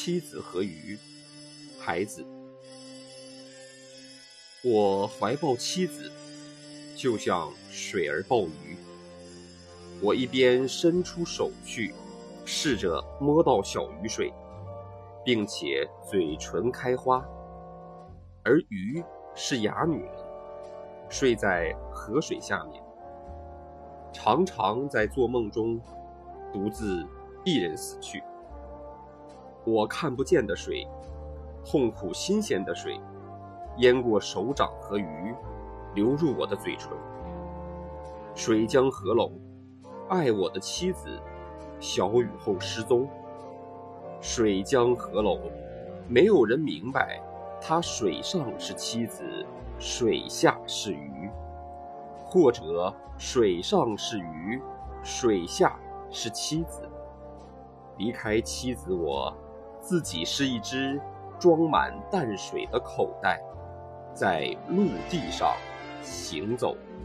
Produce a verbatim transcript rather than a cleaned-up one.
妻子和鱼。孩子，我怀抱妻子，就像水儿抱鱼。我一边伸出手去，试着摸到小鱼水，并且嘴唇开花。而鱼是哑女人，睡在河水下面，常常在做梦中独自一人死去。我看不见的水，痛苦新鲜的水，淹过手掌和鱼，流入我的嘴唇。水将合拢，爱我的妻子小雨后失踪。水将合拢，没有人明白他水上是妻子，水下是鱼，或者水上是鱼，水下是妻子。离开妻子，我自己是一只装满淡水的口袋，在陆地上行走。